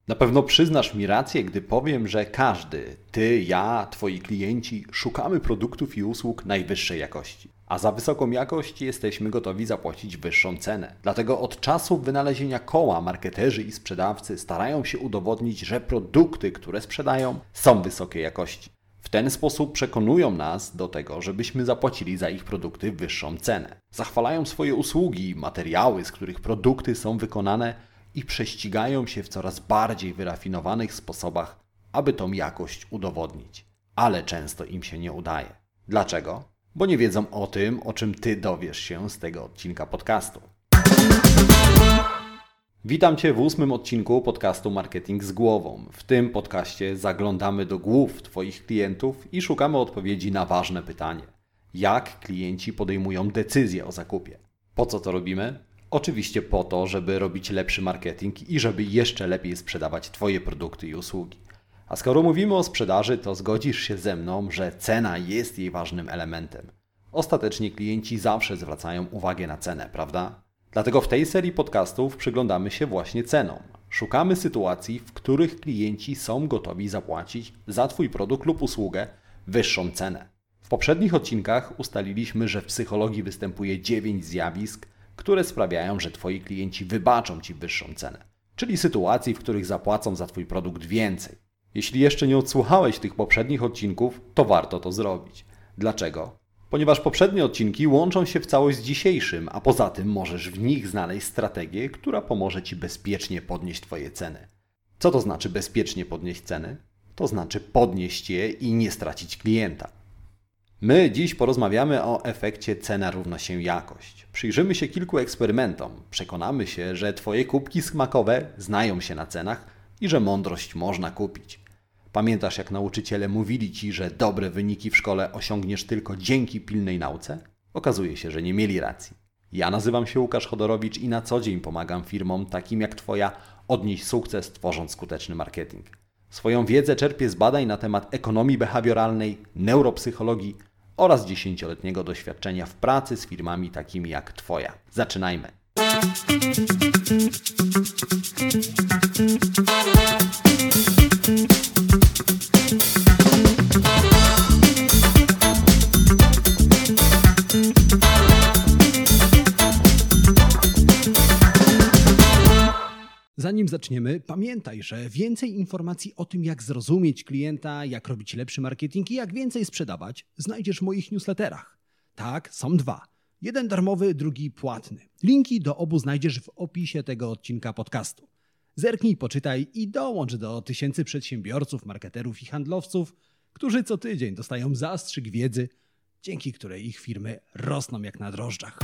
Na pewno przyznasz mi rację, gdy powiem, że każdy, ty, ja, twoi klienci, szukamy produktów i usług najwyższej jakości. A za wysoką jakość jesteśmy gotowi zapłacić wyższą cenę. Dlatego od czasu wynalezienia koła marketerzy i sprzedawcy starają się udowodnić, że produkty, które sprzedają, są wysokiej jakości. W ten sposób przekonują nas do tego, żebyśmy zapłacili za ich produkty wyższą cenę. Zachwalają swoje usługi, materiały, z których produkty są wykonane i prześcigają się w coraz bardziej wyrafinowanych sposobach, aby tą jakość udowodnić. Ale często im się nie udaje. Dlaczego? Bo nie wiedzą o tym, o czym Ty dowiesz się z tego odcinka podcastu. Witam Cię w 8. odcinku podcastu Marketing z Głową. W tym podcaście zaglądamy do głów Twoich klientów i szukamy odpowiedzi na ważne pytanie. Jak klienci podejmują decyzję o zakupie? Po co to robimy? Oczywiście po to, żeby robić lepszy marketing i żeby jeszcze lepiej sprzedawać Twoje produkty i usługi. A skoro mówimy o sprzedaży, to zgodzisz się ze mną, że cena jest jej ważnym elementem. Ostatecznie klienci zawsze zwracają uwagę na cenę, prawda? Dlatego w tej serii podcastów przyglądamy się właśnie cenom. Szukamy sytuacji, w których klienci są gotowi zapłacić za Twój produkt lub usługę wyższą cenę. W poprzednich odcinkach ustaliliśmy, że w psychologii występuje 9 zjawisk, które sprawiają, że Twoi klienci wybaczą Ci wyższą cenę. Czyli sytuacji, w których zapłacą za Twój produkt więcej. Jeśli jeszcze nie odsłuchałeś tych poprzednich odcinków, to warto to zrobić. Dlaczego? Ponieważ poprzednie odcinki łączą się w całość z dzisiejszym, a poza tym możesz w nich znaleźć strategię, która pomoże Ci bezpiecznie podnieść Twoje ceny. Co to znaczy bezpiecznie podnieść ceny? To znaczy podnieść je i nie stracić klienta. My dziś porozmawiamy o efekcie cena równa się jakość. Przyjrzymy się kilku eksperymentom. Przekonamy się, że Twoje kubki smakowe znają się na cenach i że mądrość można kupić. Pamiętasz, jak nauczyciele mówili Ci, że dobre wyniki w szkole osiągniesz tylko dzięki pilnej nauce? Okazuje się, że nie mieli racji. Ja nazywam się Łukasz Chodorowicz i na co dzień pomagam firmom takim jak Twoja odnieść sukces, tworząc skuteczny marketing. Swoją wiedzę czerpię z badań na temat ekonomii behawioralnej, neuropsychologii oraz 10-letniego doświadczenia w pracy z firmami takimi jak Twoja. Zaczynajmy! Zanim zaczniemy, pamiętaj, że więcej informacji o tym, jak zrozumieć klienta, jak robić lepszy marketing i jak więcej sprzedawać, znajdziesz w moich newsletterach. Tak, są dwa. Jeden darmowy, drugi płatny. Linki do obu znajdziesz w opisie tego odcinka podcastu. Zerknij, poczytaj i dołącz do tysięcy przedsiębiorców, marketerów i handlowców, którzy co tydzień dostają zastrzyk wiedzy, dzięki której ich firmy rosną jak na drożdżach.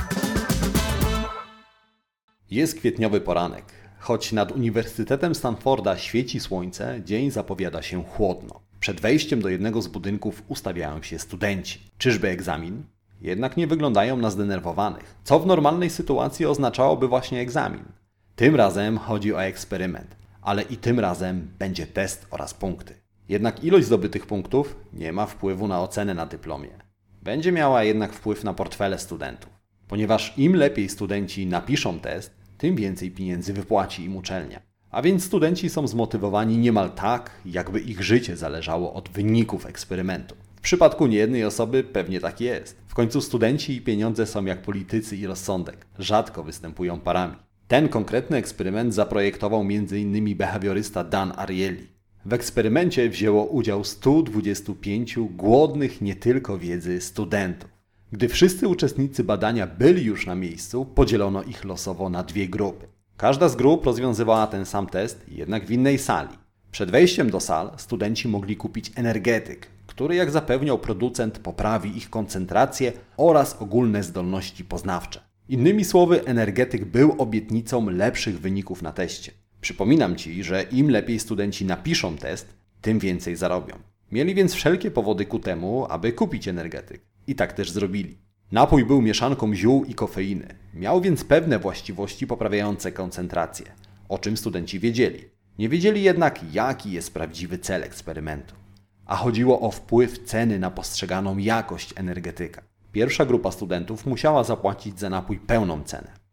Jest kwietniowy poranek. Choć nad Uniwersytetem Stanforda świeci słońce, dzień zapowiada się chłodno. Przed wejściem do jednego z budynków ustawiają się studenci. Czyżby egzamin? Jednak nie wyglądają na zdenerwowanych, co w normalnej sytuacji oznaczałoby właśnie egzamin. Tym razem chodzi o eksperyment, ale i tym razem będzie test oraz punkty. Jednak ilość zdobytych punktów nie ma wpływu na ocenę na dyplomie. Będzie miała jednak wpływ na portfele studentów, ponieważ im lepiej studenci napiszą test, tym więcej pieniędzy wypłaci im uczelnia. A więc studenci są zmotywowani niemal tak, jakby ich życie zależało od wyników eksperymentu. W przypadku niejednej osoby pewnie tak jest. W końcu studenci i pieniądze są jak politycy i rozsądek. Rzadko występują parami. Ten konkretny eksperyment zaprojektował m.in. behawiorysta Dan Ariely. W eksperymencie wzięło udział 125 głodnych nie tylko wiedzy studentów. Gdy wszyscy uczestnicy badania byli już na miejscu, podzielono ich losowo na dwie grupy. Każda z grup rozwiązywała ten sam test, jednak w innej sali. Przed wejściem do sal studenci mogli kupić energetyk, który, jak zapewniał producent, poprawi ich koncentrację oraz ogólne zdolności poznawcze. Innymi słowy, energetyk był obietnicą lepszych wyników na teście. Przypominam Ci, że im lepiej studenci napiszą test, tym więcej zarobią. Mieli więc wszelkie powody ku temu, aby kupić energetyk. I tak też zrobili. Napój był mieszanką ziół i kofeiny. Miał więc pewne właściwości poprawiające koncentrację, o czym studenci wiedzieli. Nie wiedzieli jednak, jaki jest prawdziwy cel eksperymentu. A chodziło o wpływ ceny na postrzeganą jakość energetyka. Pierwsza grupa studentów musiała zapłacić za napój pełną cenę.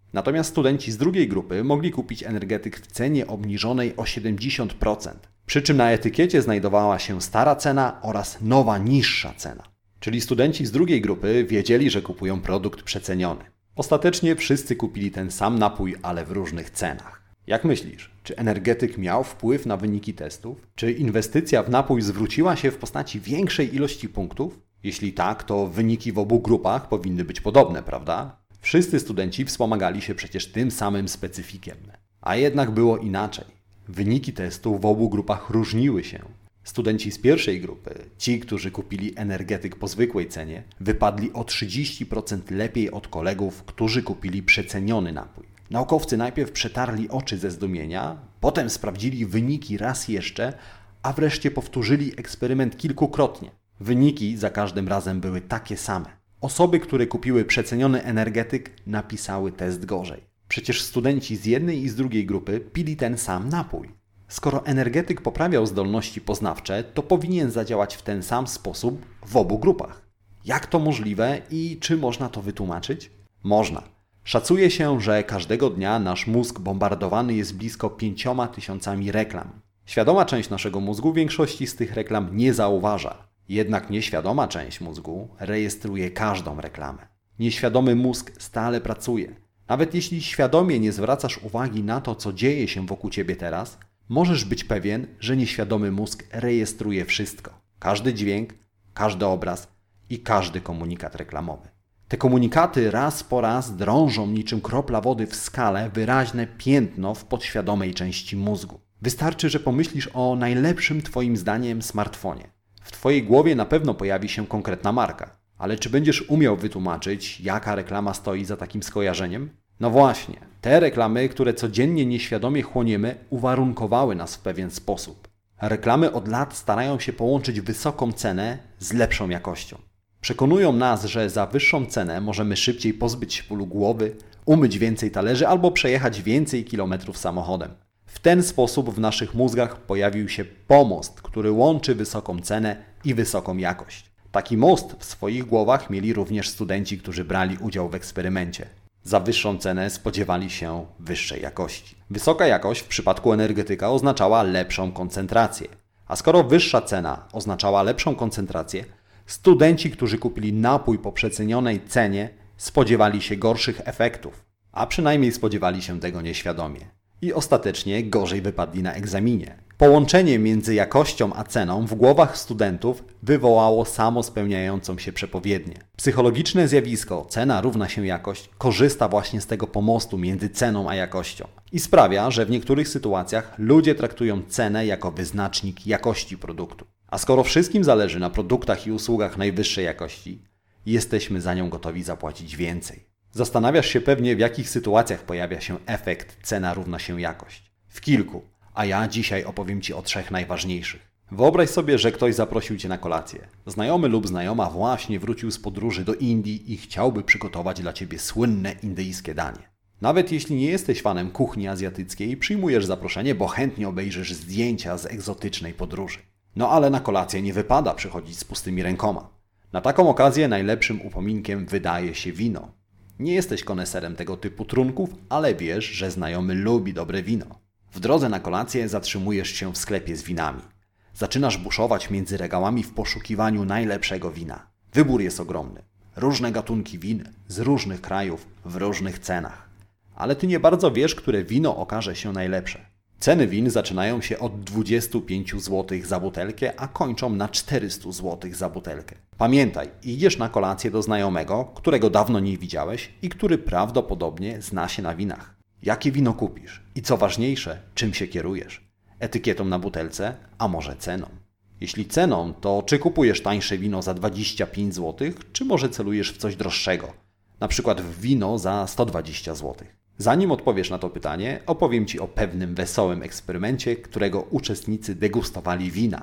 Natomiast studenci z drugiej grupy mogli kupić energetyk w cenie obniżonej o 70%. Przy czym na etykiecie znajdowała się stara cena oraz nowa, niższa cena. Czyli studenci z drugiej grupy wiedzieli, że kupują produkt przeceniony. Ostatecznie wszyscy kupili ten sam napój, ale w różnych cenach. Jak myślisz, czy energetyk miał wpływ na wyniki testów? Czy inwestycja w napój zwróciła się w postaci większej ilości punktów? Jeśli tak, to wyniki w obu grupach powinny być podobne, prawda? Wszyscy studenci wspomagali się przecież tym samym specyfikiem. A jednak było inaczej. Wyniki testów w obu grupach różniły się. Studenci z pierwszej grupy, ci, którzy kupili energetyk po zwykłej cenie, wypadli o 30% lepiej od kolegów, którzy kupili przeceniony napój. Naukowcy najpierw przetarli oczy ze zdumienia, potem sprawdzili wyniki raz jeszcze, a wreszcie powtórzyli eksperyment kilkukrotnie. Wyniki za każdym razem były takie same. Osoby, które kupiły przeceniony energetyk, napisały test gorzej. Przecież studenci z jednej i z drugiej grupy pili ten sam napój. Skoro energetyk poprawiał zdolności poznawcze, to powinien zadziałać w ten sam sposób w obu grupach. Jak to możliwe i czy można to wytłumaczyć? Można. Szacuje się, że każdego dnia nasz mózg bombardowany jest blisko 5000 reklam. Świadoma część naszego mózgu większości z tych reklam nie zauważa. Jednak nieświadoma część mózgu rejestruje każdą reklamę. Nieświadomy mózg stale pracuje. Nawet jeśli świadomie nie zwracasz uwagi na to, co dzieje się wokół ciebie teraz, możesz być pewien, że nieświadomy mózg rejestruje wszystko. Każdy dźwięk, każdy obraz i każdy komunikat reklamowy. Te komunikaty raz po raz drążą niczym kropla wody w skale wyraźne piętno w podświadomej części mózgu. Wystarczy, że pomyślisz o najlepszym twoim zdaniem smartfonie. W twojej głowie na pewno pojawi się konkretna marka. Ale czy będziesz umiał wytłumaczyć, jaka reklama stoi za takim skojarzeniem? No właśnie, te reklamy, które codziennie nieświadomie chłoniemy, uwarunkowały nas w pewien sposób. Reklamy od lat starają się połączyć wysoką cenę z lepszą jakością. Przekonują nas, że za wyższą cenę możemy szybciej pozbyć się bólu głowy, umyć więcej talerzy albo przejechać więcej kilometrów samochodem. W ten sposób w naszych mózgach pojawił się pomost, który łączy wysoką cenę i wysoką jakość. Taki most w swoich głowach mieli również studenci, którzy brali udział w eksperymencie. Za wyższą cenę spodziewali się wyższej jakości. Wysoka jakość w przypadku energetyka oznaczała lepszą koncentrację. A skoro wyższa cena oznaczała lepszą koncentrację, studenci, którzy kupili napój po przecenionej cenie, spodziewali się gorszych efektów. A przynajmniej spodziewali się tego nieświadomie. I ostatecznie gorzej wypadli na egzaminie. Połączenie między jakością a ceną w głowach studentów wywołało samospełniającą się przepowiednię. Psychologiczne zjawisko cena równa się jakość korzysta właśnie z tego pomostu między ceną a jakością i sprawia, że w niektórych sytuacjach ludzie traktują cenę jako wyznacznik jakości produktu. A skoro wszystkim zależy na produktach i usługach najwyższej jakości, jesteśmy za nią gotowi zapłacić więcej. Zastanawiasz się pewnie, w jakich sytuacjach pojawia się efekt cena równa się jakość. W kilku. A ja dzisiaj opowiem Ci o 3 najważniejszych. Wyobraź sobie, że ktoś zaprosił Cię na kolację. Znajomy lub znajoma właśnie wrócił z podróży do Indii i chciałby przygotować dla Ciebie słynne indyjskie danie. Nawet jeśli nie jesteś fanem kuchni azjatyckiej, przyjmujesz zaproszenie, bo chętnie obejrzysz zdjęcia z egzotycznej podróży. No ale na kolację nie wypada przychodzić z pustymi rękoma. Na taką okazję najlepszym upominkiem wydaje się wino. Nie jesteś koneserem tego typu trunków, ale wiesz, że znajomy lubi dobre wino. W drodze na kolację zatrzymujesz się w sklepie z winami. Zaczynasz buszować między regałami w poszukiwaniu najlepszego wina. Wybór jest ogromny. Różne gatunki win z różnych krajów w różnych cenach. Ale Ty nie bardzo wiesz, które wino okaże się najlepsze. Ceny win zaczynają się od 25 zł za butelkę, a kończą na 400 zł za butelkę. Pamiętaj, idziesz na kolację do znajomego, którego dawno nie widziałeś i który prawdopodobnie zna się na winach. Jakie wino kupisz? I co ważniejsze, czym się kierujesz? Etykietą na butelce, a może ceną? Jeśli ceną, to czy kupujesz tańsze wino za 25 zł, czy może celujesz w coś droższego? Na przykład w wino za 120 zł. Zanim odpowiesz na to pytanie, opowiem Ci o pewnym wesołym eksperymencie, którego uczestnicy degustowali wina.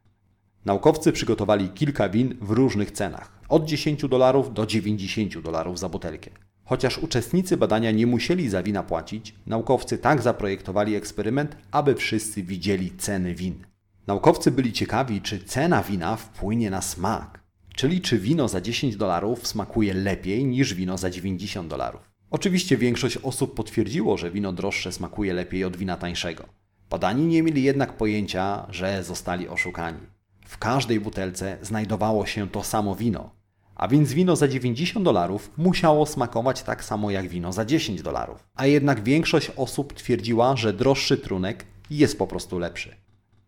Naukowcy przygotowali kilka win w różnych cenach, od $10 do $90 za butelkę. Chociaż uczestnicy badania nie musieli za wina płacić, naukowcy tak zaprojektowali eksperyment, aby wszyscy widzieli ceny win. Naukowcy byli ciekawi, czy cena wina wpłynie na smak, czyli czy wino za $10 smakuje lepiej niż wino za $90. Oczywiście większość osób potwierdziło, że wino droższe smakuje lepiej od wina tańszego. Badani nie mieli jednak pojęcia, że zostali oszukani. W każdej butelce znajdowało się to samo wino, a więc wino za $90 musiało smakować tak samo jak wino za $10. A jednak większość osób twierdziła, że droższy trunek jest po prostu lepszy.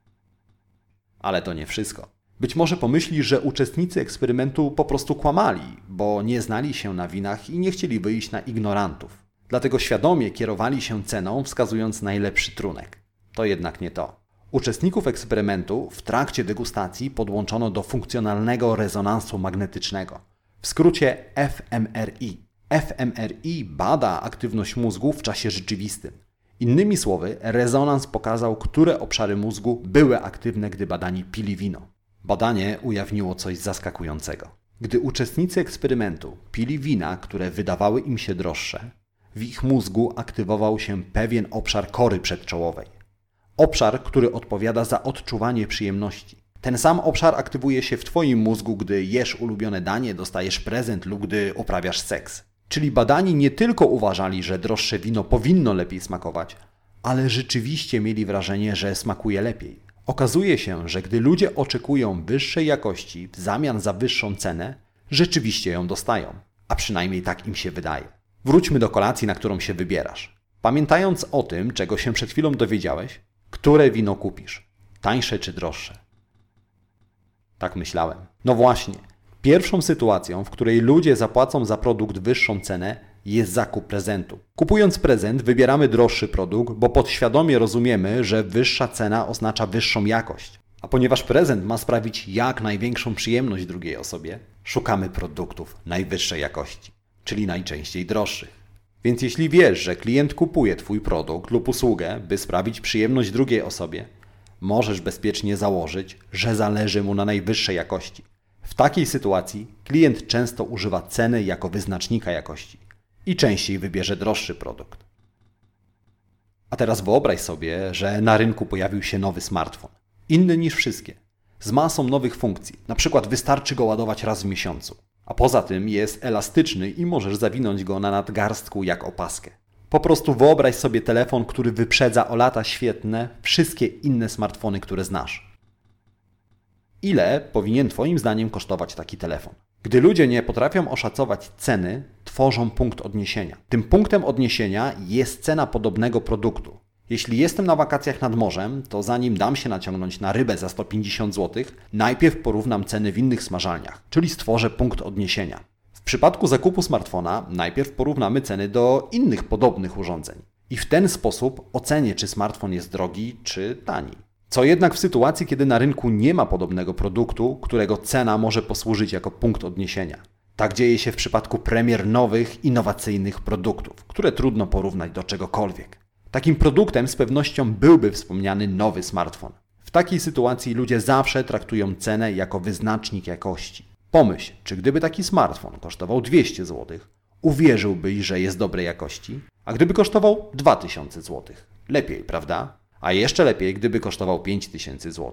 Ale to nie wszystko. Być może pomyślisz, że uczestnicy eksperymentu po prostu kłamali, bo nie znali się na winach i nie chcieli wyjść na ignorantów. Dlatego świadomie kierowali się ceną, wskazując najlepszy trunek. To jednak nie to. Uczestników eksperymentu w trakcie degustacji podłączono do funkcjonalnego rezonansu magnetycznego, w skrócie fMRI. fMRI bada aktywność mózgu w czasie rzeczywistym. Innymi słowy, rezonans pokazał, które obszary mózgu były aktywne, gdy badani pili wino. Badanie ujawniło coś zaskakującego. Gdy uczestnicy eksperymentu pili wina, które wydawały im się droższe, w ich mózgu aktywował się pewien obszar kory przedczołowej. Obszar, który odpowiada za odczuwanie przyjemności. Ten sam obszar aktywuje się w Twoim mózgu, gdy jesz ulubione danie, dostajesz prezent lub gdy uprawiasz seks. Czyli badani nie tylko uważali, że droższe wino powinno lepiej smakować, ale rzeczywiście mieli wrażenie, że smakuje lepiej. Okazuje się, że gdy ludzie oczekują wyższej jakości w zamian za wyższą cenę, rzeczywiście ją dostają. A przynajmniej tak im się wydaje. Wróćmy do kolacji, na którą się wybierasz. Pamiętając o tym, czego się przed chwilą dowiedziałeś, które wino kupisz? Tańsze czy droższe? Tak myślałem. No właśnie. Pierwszą sytuacją, w której ludzie zapłacą za produkt wyższą cenę, jest zakup prezentu. Kupując prezent, wybieramy droższy produkt, bo podświadomie rozumiemy, że wyższa cena oznacza wyższą jakość. A ponieważ prezent ma sprawić jak największą przyjemność drugiej osobie, szukamy produktów najwyższej jakości, czyli najczęściej droższych. Więc jeśli wiesz, że klient kupuje Twój produkt lub usługę, by sprawić przyjemność drugiej osobie, możesz bezpiecznie założyć, że zależy mu na najwyższej jakości. W takiej sytuacji klient często używa ceny jako wyznacznika jakości i częściej wybierze droższy produkt. A teraz wyobraź sobie, że na rynku pojawił się nowy smartfon, inny niż wszystkie, z masą nowych funkcji, na przykład wystarczy go ładować raz w miesiącu, a poza tym jest elastyczny i możesz zawinąć go na nadgarstku jak opaskę. Po prostu wyobraź sobie telefon, który wyprzedza o lata świetne wszystkie inne smartfony, które znasz. Ile powinien Twoim zdaniem kosztować taki telefon? Gdy ludzie nie potrafią oszacować ceny, tworzą punkt odniesienia. Tym punktem odniesienia jest cena podobnego produktu. Jeśli jestem na wakacjach nad morzem, to zanim dam się naciągnąć na rybę za 150 zł, najpierw porównam ceny w innych smażalniach, czyli stworzę punkt odniesienia. W przypadku zakupu smartfona najpierw porównamy ceny do innych podobnych urządzeń. I w ten sposób ocenię, czy smartfon jest drogi, czy tani. Co jednak w sytuacji, kiedy na rynku nie ma podobnego produktu, którego cena może posłużyć jako punkt odniesienia. Tak dzieje się w przypadku premier nowych, innowacyjnych produktów, które trudno porównać do czegokolwiek. Takim produktem z pewnością byłby wspomniany nowy smartfon. W takiej sytuacji ludzie zawsze traktują cenę jako wyznacznik jakości. Pomyśl, czy gdyby taki smartfon kosztował 200 zł, uwierzyłbyś, że jest dobrej jakości, a gdyby kosztował 2000 zł. Lepiej, prawda? A jeszcze lepiej, gdyby kosztował 5000 zł.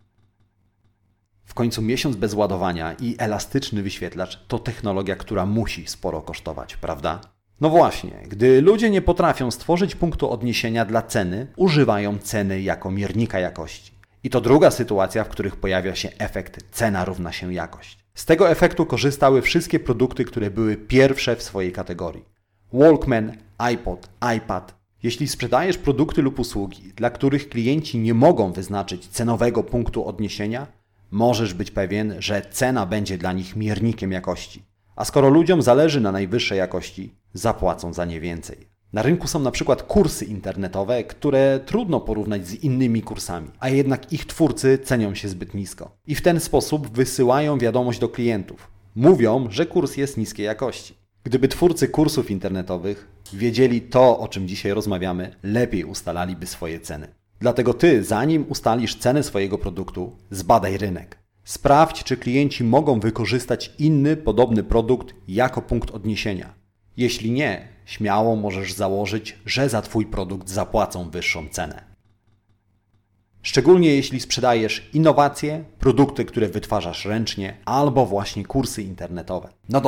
W końcu miesiąc bez ładowania i elastyczny wyświetlacz to technologia, która musi sporo kosztować, prawda? No właśnie, gdy ludzie nie potrafią stworzyć punktu odniesienia dla ceny, używają ceny jako miernika jakości. I to druga sytuacja, w których pojawia się efekt cena równa się jakość. Z tego efektu korzystały wszystkie produkty, które były pierwsze w swojej kategorii. Walkman, iPod, iPad. Jeśli sprzedajesz produkty lub usługi, dla których klienci nie mogą wyznaczyć cenowego punktu odniesienia, możesz być pewien, że cena będzie dla nich miernikiem jakości. A skoro ludziom zależy na najwyższej jakości, zapłacą za nie więcej. Na rynku są na przykład kursy internetowe, które trudno porównać z innymi kursami, a jednak ich twórcy cenią się zbyt nisko. I w ten sposób wysyłają wiadomość do klientów. Mówią, że kurs jest niskiej jakości. Gdyby twórcy kursów internetowych wiedzieli to, o czym dzisiaj rozmawiamy, lepiej ustalaliby swoje ceny. Dlatego Ty, zanim ustalisz cenę swojego produktu, zbadaj rynek. Sprawdź, czy klienci mogą wykorzystać inny, podobny produkt jako punkt odniesienia. Jeśli nie, śmiało możesz założyć, że za Twój produkt zapłacą wyższą cenę. Szczególnie jeśli sprzedajesz innowacje, produkty, które wytwarzasz ręcznie, albo właśnie kursy internetowe. No dobrze,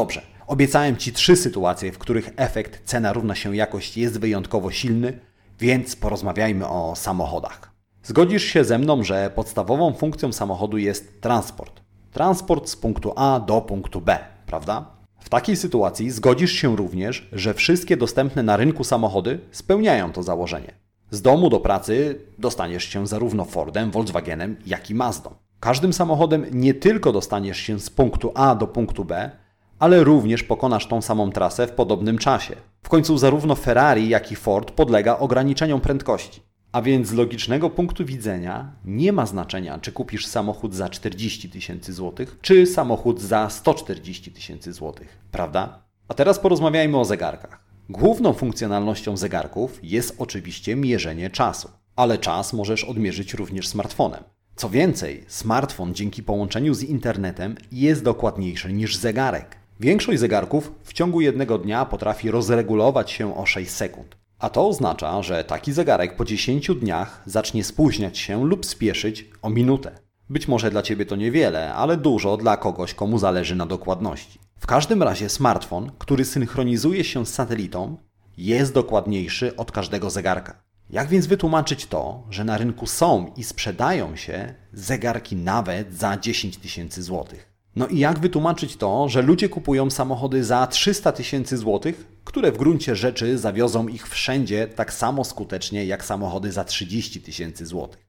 Obiecałem Ci 3 sytuacje, w których efekt cena równa się jakość jest wyjątkowo silny, więc porozmawiajmy o samochodach. Zgodzisz się ze mną, że podstawową funkcją samochodu jest transport. Transport z punktu A do punktu B, prawda? W takiej sytuacji zgodzisz się również, że wszystkie dostępne na rynku samochody spełniają to założenie. Z domu do pracy dostaniesz się zarówno Fordem, Volkswagenem, jak i Mazdą. Każdym samochodem nie tylko dostaniesz się z punktu A do punktu B, ale również pokonasz tą samą trasę w podobnym czasie. W końcu zarówno Ferrari, jak i Ford podlega ograniczeniom prędkości. A więc z logicznego punktu widzenia nie ma znaczenia, czy kupisz samochód za 40 000 złotych, czy samochód za 140 000 złotych, prawda? A teraz porozmawiajmy o zegarkach. Główną funkcjonalnością zegarków jest oczywiście mierzenie czasu, ale czas możesz odmierzyć również smartfonem. Co więcej, smartfon dzięki połączeniu z internetem jest dokładniejszy niż zegarek. Większość zegarków w ciągu jednego dnia potrafi rozregulować się o 6 sekund. A to oznacza, że taki zegarek po 10 dniach zacznie spóźniać się lub spieszyć o minutę. Być może dla Ciebie to niewiele, ale dużo dla kogoś, komu zależy na dokładności. W każdym razie smartfon, który synchronizuje się z satelitą, jest dokładniejszy od każdego zegarka. Jak więc wytłumaczyć to, że na rynku są i sprzedają się zegarki nawet za 10 000 złotych? No i jak wytłumaczyć to, że ludzie kupują samochody za 300 000 złotych, które w gruncie rzeczy zawiozą ich wszędzie tak samo skutecznie jak samochody za 30 000 złotych?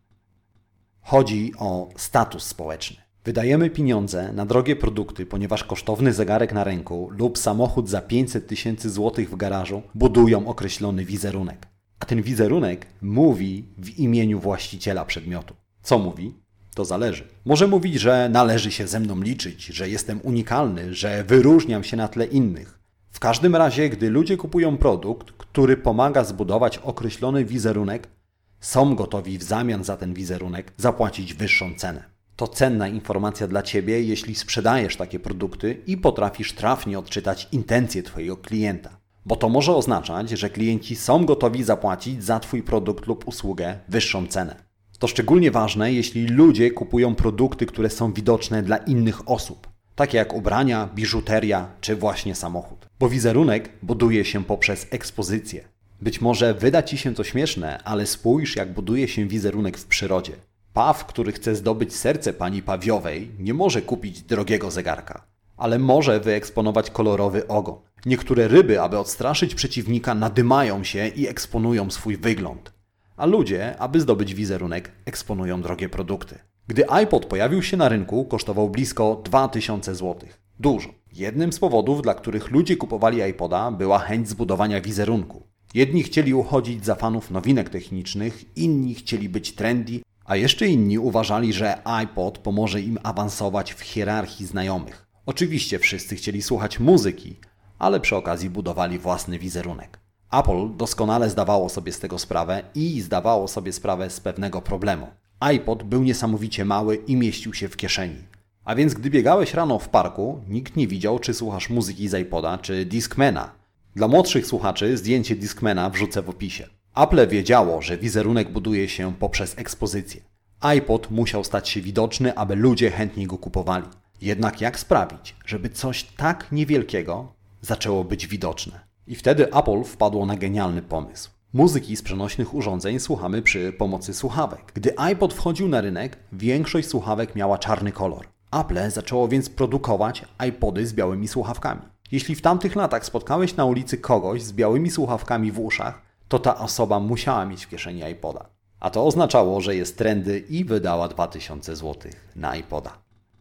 Chodzi o status społeczny. Wydajemy pieniądze na drogie produkty, ponieważ kosztowny zegarek na ręku lub samochód za 500 000 złotych w garażu budują określony wizerunek. A ten wizerunek mówi w imieniu właściciela przedmiotu. Co mówi? To zależy. Może mówić, że należy się ze mną liczyć, że jestem unikalny, że wyróżniam się na tle innych. W każdym razie, gdy ludzie kupują produkt, który pomaga zbudować określony wizerunek, są gotowi w zamian za ten wizerunek zapłacić wyższą cenę. To cenna informacja dla Ciebie, jeśli sprzedajesz takie produkty i potrafisz trafnie odczytać intencje Twojego klienta. Bo to może oznaczać, że klienci są gotowi zapłacić za Twój produkt lub usługę wyższą cenę. To szczególnie ważne, jeśli ludzie kupują produkty, które są widoczne dla innych osób, takie jak ubrania, biżuteria czy właśnie samochód. Bo wizerunek buduje się poprzez ekspozycję. Być może wyda Ci się to śmieszne, ale spójrz, jak buduje się wizerunek w przyrodzie. Paw, który chce zdobyć serce pani pawiowej, nie może kupić drogiego zegarka, ale może wyeksponować kolorowy ogon. Niektóre ryby, aby odstraszyć przeciwnika, nadymają się i eksponują swój wygląd. A ludzie, aby zdobyć wizerunek, eksponują drogie produkty. Gdy iPod pojawił się na rynku, kosztował blisko 2000 zł. Dużo. Jednym z powodów, dla których ludzie kupowali iPoda, była chęć zbudowania wizerunku. Jedni chcieli uchodzić za fanów nowinek technicznych, inni chcieli być trendy, a jeszcze inni uważali, że iPod pomoże im awansować w hierarchii znajomych. Oczywiście wszyscy chcieli słuchać muzyki, ale przy okazji budowali własny wizerunek. Apple doskonale zdawało sobie z tego sprawę i zdawało sobie sprawę z pewnego problemu. iPod był niesamowicie mały i mieścił się w kieszeni. A więc gdy biegałeś rano w parku, nikt nie widział, czy słuchasz muzyki z iPoda, czy Discmana. Dla młodszych słuchaczy zdjęcie Discmana wrzucę w opisie. Apple wiedziało, że wizerunek buduje się poprzez ekspozycję. iPod musiał stać się widoczny, aby ludzie chętnie go kupowali. Jednak jak sprawić, żeby coś tak niewielkiego zaczęło być widoczne? I wtedy Apple wpadło na genialny pomysł. Muzyki z przenośnych urządzeń słuchamy przy pomocy słuchawek. Gdy iPod wchodził na rynek, większość słuchawek miała czarny kolor. Apple zaczęło więc produkować iPody z białymi słuchawkami. Jeśli w tamtych latach spotkałeś na ulicy kogoś z białymi słuchawkami w uszach, to ta osoba musiała mieć w kieszeni iPoda. A to oznaczało, że jest trendy i wydała 2000 zł na iPoda.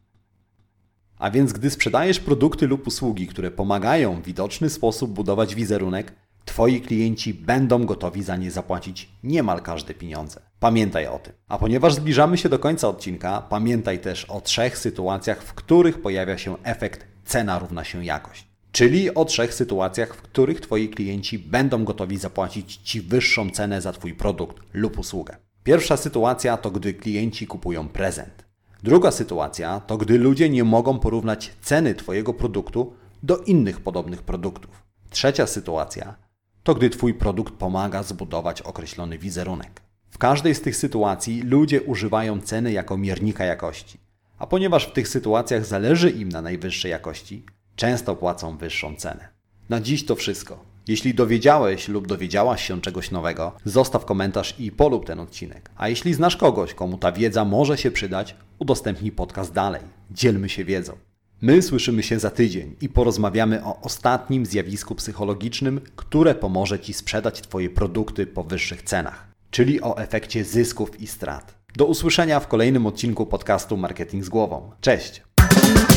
A więc gdy sprzedajesz produkty lub usługi, które pomagają w widoczny sposób budować wizerunek, Twoi klienci będą gotowi za nie zapłacić niemal każde pieniądze. Pamiętaj o tym. A ponieważ zbliżamy się do końca odcinka, pamiętaj też o 3 sytuacjach, w których pojawia się efekt cena równa się jakość. Czyli o 3 sytuacjach, w których Twoi klienci będą gotowi zapłacić Ci wyższą cenę za Twój produkt lub usługę. Pierwsza sytuacja to gdy klienci kupują prezent. Druga sytuacja to gdy ludzie nie mogą porównać ceny Twojego produktu do innych podobnych produktów. Trzecia sytuacja to gdy Twój produkt pomaga zbudować określony wizerunek. W każdej z tych sytuacji ludzie używają ceny jako miernika jakości. A ponieważ w tych sytuacjach zależy im na najwyższej jakości, często płacą wyższą cenę. Na dziś to wszystko. Jeśli dowiedziałeś lub dowiedziałaś się czegoś nowego, zostaw komentarz i polub ten odcinek. A jeśli znasz kogoś, komu ta wiedza może się przydać, udostępnij podcast dalej. Dzielmy się wiedzą. My słyszymy się za tydzień i porozmawiamy o ostatnim zjawisku psychologicznym, które pomoże Ci sprzedać Twoje produkty po wyższych cenach, czyli o efekcie zysków i strat. Do usłyszenia w kolejnym odcinku podcastu Marketing z Głową. Cześć!